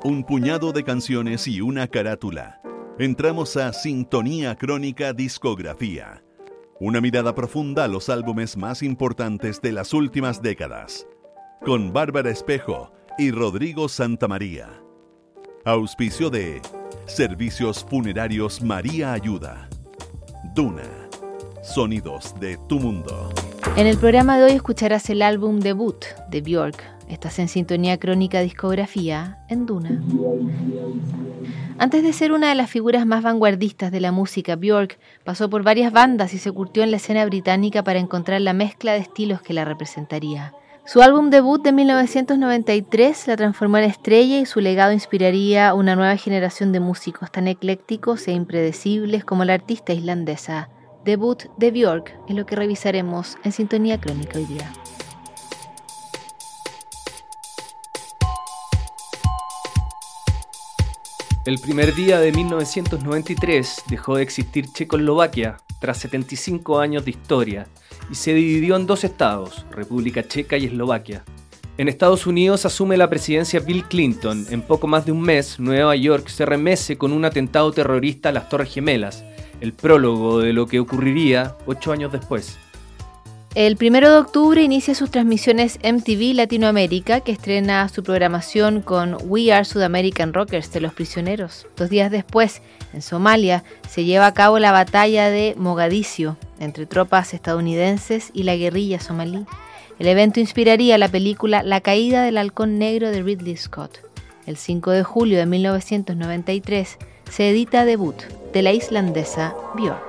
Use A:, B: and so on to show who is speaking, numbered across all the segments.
A: Un puñado de canciones y una carátula. Entramos a Sintonía Crónica Discografía. Una mirada profunda a los álbumes más importantes de las últimas décadas. Con Bárbara Espejo y Rodrigo Santamaría. Auspicio de Servicios Funerarios María Ayuda. Duna. Sonidos de tu mundo.
B: En el programa de hoy escucharás el álbum debut de Björk. Estás en Sintonía Crónica Discografía en Duna. Antes de ser una de las figuras más vanguardistas de la música, Björk pasó por varias bandas y se curtió en la escena británica para encontrar la mezcla de estilos que la representaría. Su álbum debut de 1993 la transformó en estrella y su legado inspiraría una nueva generación de músicos tan eclécticos e impredecibles como la artista islandesa. Debut de Björk es lo que revisaremos en Sintonía Crónica hoy día.
C: El primer día de 1993 dejó de existir Checoslovaquia tras 75 años de historia y se dividió en dos estados, República Checa y Eslovaquia. En Estados Unidos asume la presidencia Bill Clinton. En poco más de un mes, Nueva York se remece con un atentado terrorista a las Torres Gemelas, el prólogo de lo que ocurriría 8 años después.
B: El 1 de octubre inicia sus transmisiones MTV Latinoamérica, que estrena su programación con We Are South American Rockers de Los Prisioneros. 2 días después, en Somalia, se lleva a cabo la batalla de Mogadiscio entre tropas estadounidenses y la guerrilla somalí. El evento inspiraría la película La caída del halcón negro de Ridley Scott. El 5 de julio de 1993 se edita Debut de la islandesa Björk.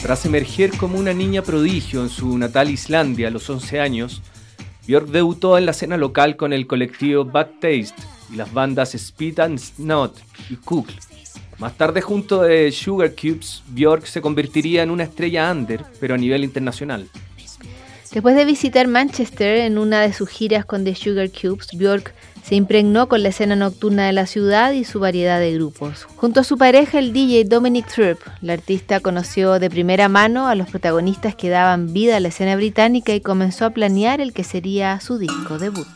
C: Tras emerger como una niña prodigio en su natal Islandia a los 11 años, Björk debutó en la escena local con el colectivo Bad Taste y las bandas Spit and Snot y Kukl. Más tarde, junto de Sugar Cubes, Björk se convertiría en una estrella under, pero a nivel internacional.
B: Después de visitar Manchester en una de sus giras con The Sugar Cubes, Björk se impregnó con la escena nocturna de la ciudad y su variedad de grupos. Junto a su pareja, el DJ Dominic Thorpe, la artista conoció de primera mano a los protagonistas que daban vida a la escena británica y comenzó a planear el que sería su disco debut.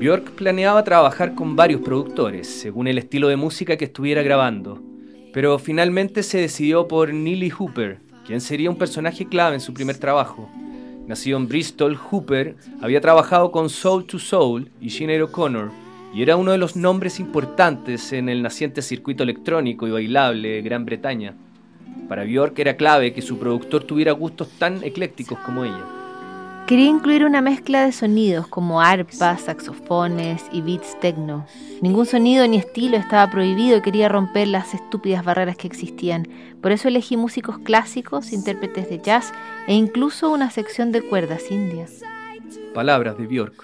C: Björk planeaba trabajar con varios productores, según el estilo de música que estuviera grabando, pero finalmente se decidió por Neil Hooper, quien sería un personaje clave en su primer trabajo. Nacido en Bristol, Hooper había trabajado con Soul II Soul y Sinéad O'Connor, y era uno de los nombres importantes en el naciente circuito electrónico y bailable de Gran Bretaña. Para Björk era clave que su productor tuviera gustos tan eclécticos como ella.
B: Quería incluir una mezcla de sonidos como arpas, saxofones y beats techno. Ningún sonido ni estilo estaba prohibido y quería romper las estúpidas barreras que existían. Por eso elegí músicos clásicos, intérpretes de jazz e incluso una sección de cuerdas indias.
C: Palabras de Björk.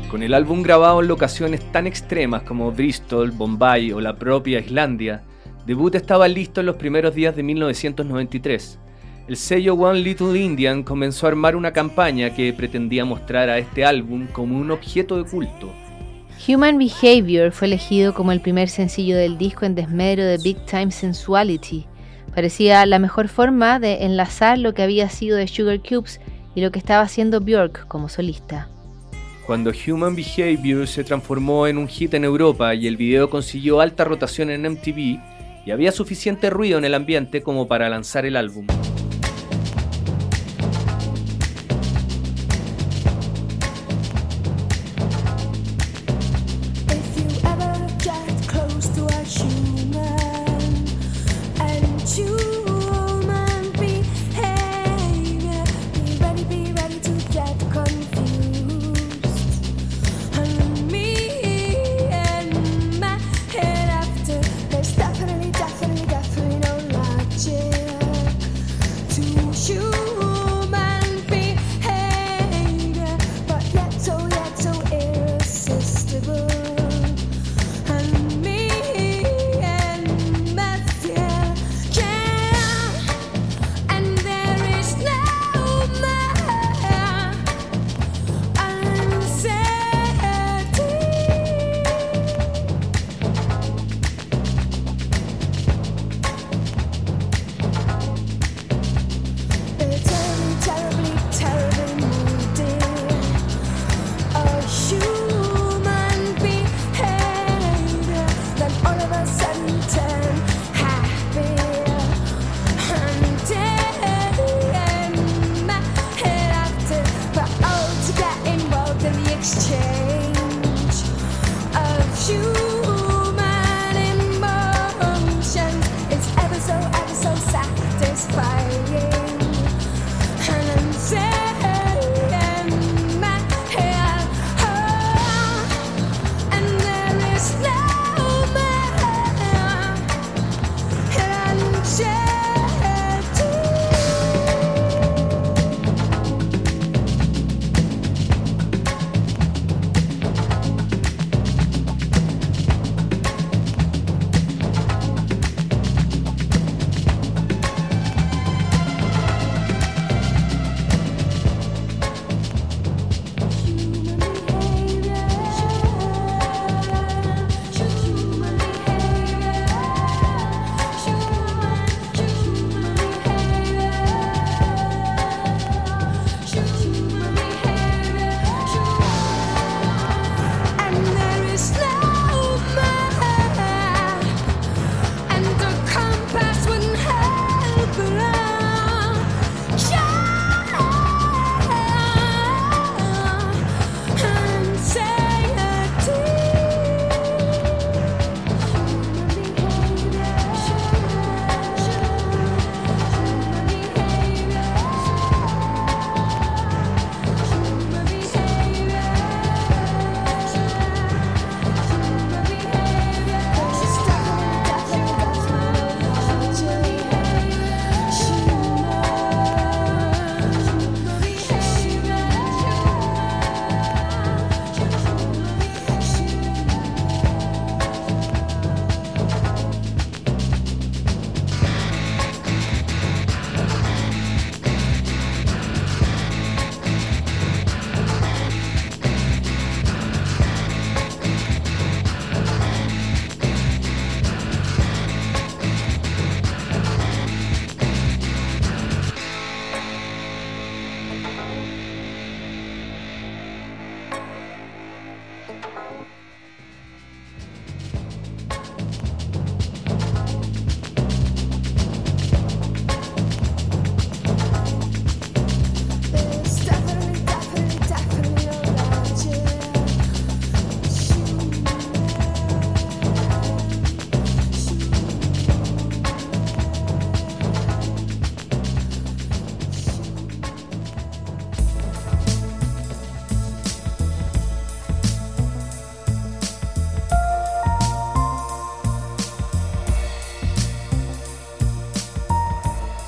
C: Con el álbum grabado en locaciones tan extremas como Bristol, Bombay o la propia Islandia, The Boot estaba listo en los primeros días de 1993. El sello One Little Indian comenzó a armar una campaña que pretendía mostrar a este álbum como un objeto de culto.
B: Human Behavior fue elegido como el primer sencillo del disco en desmedro de Big Time Sensuality. Parecía la mejor forma de enlazar lo que había sido de Sugar Cubes y lo que estaba haciendo Björk como solista.
C: Cuando Human Behavior se transformó en un hit en Europa y el video consiguió alta rotación en MTV, y había suficiente ruido en el ambiente como para lanzar el álbum.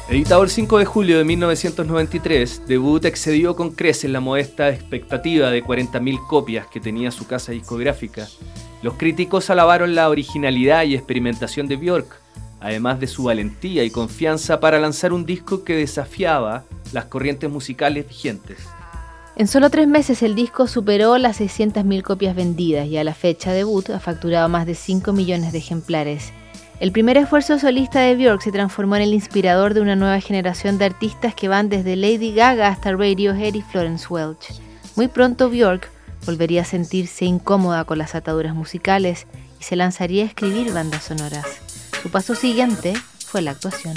C: Editado el 5 de julio de 1993, The Boot excedió con creces la modesta expectativa de 40.000 copias que tenía su casa discográfica. Los críticos alabaron la originalidad y experimentación de Björk, además de su valentía y confianza para lanzar un disco que desafiaba las corrientes musicales vigentes.
B: En solo 3 meses el disco superó las 600.000 copias vendidas y a la fecha The Boot ha facturado más de 5 millones de ejemplares. El primer esfuerzo solista de Björk se transformó en el inspirador de una nueva generación de artistas que van desde Lady Gaga hasta Radiohead y Florence Welch. Muy pronto Björk volvería a sentirse incómoda con las ataduras musicales y se lanzaría a escribir bandas sonoras. Su paso siguiente fue la actuación.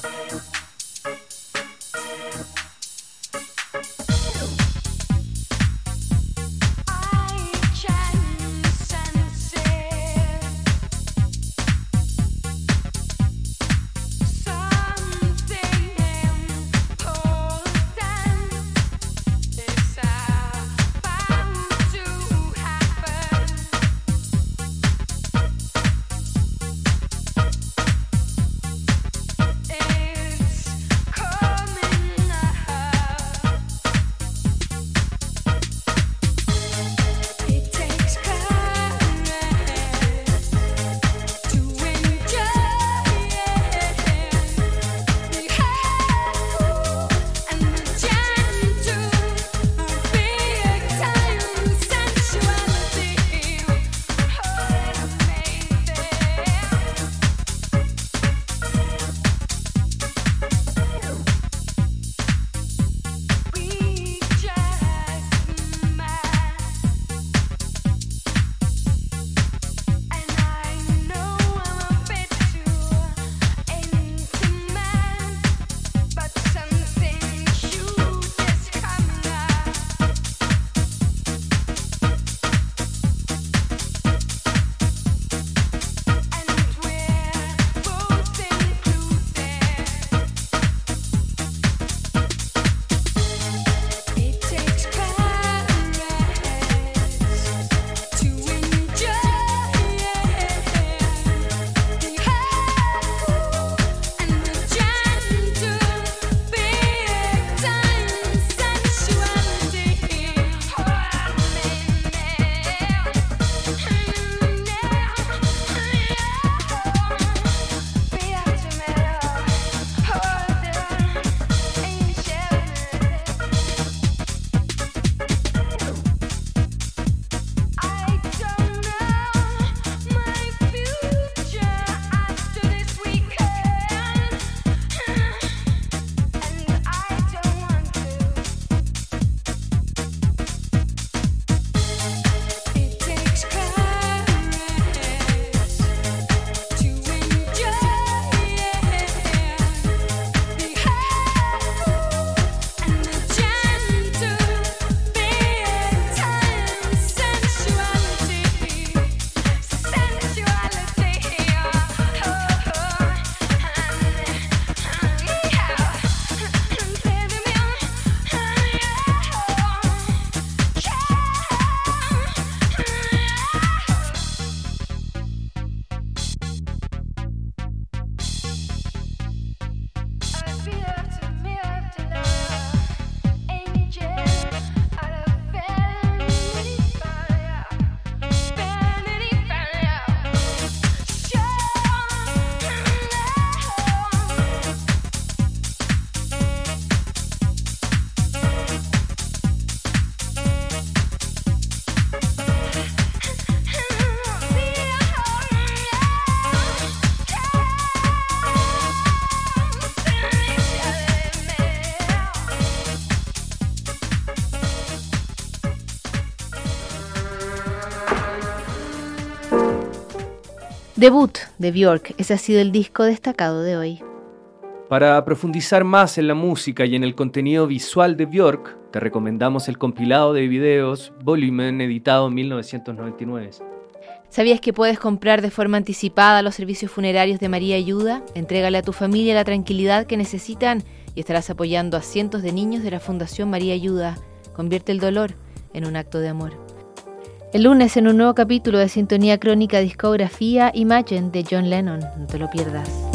B: The Boot de Björk, ese ha sido el disco destacado de hoy.
C: Para profundizar más en la música y en el contenido visual de Björk, te recomendamos el compilado de videos Volumen, editado en 1999.
B: ¿Sabías que puedes comprar de forma anticipada los servicios funerarios de María Ayuda? Entrégale a tu familia la tranquilidad que necesitan y estarás apoyando a cientos de niños de la Fundación María Ayuda. Convierte el dolor en un acto de amor. El lunes, en un nuevo capítulo de Sintonía Crónica Discografía, Imagine de John Lennon. No te lo pierdas.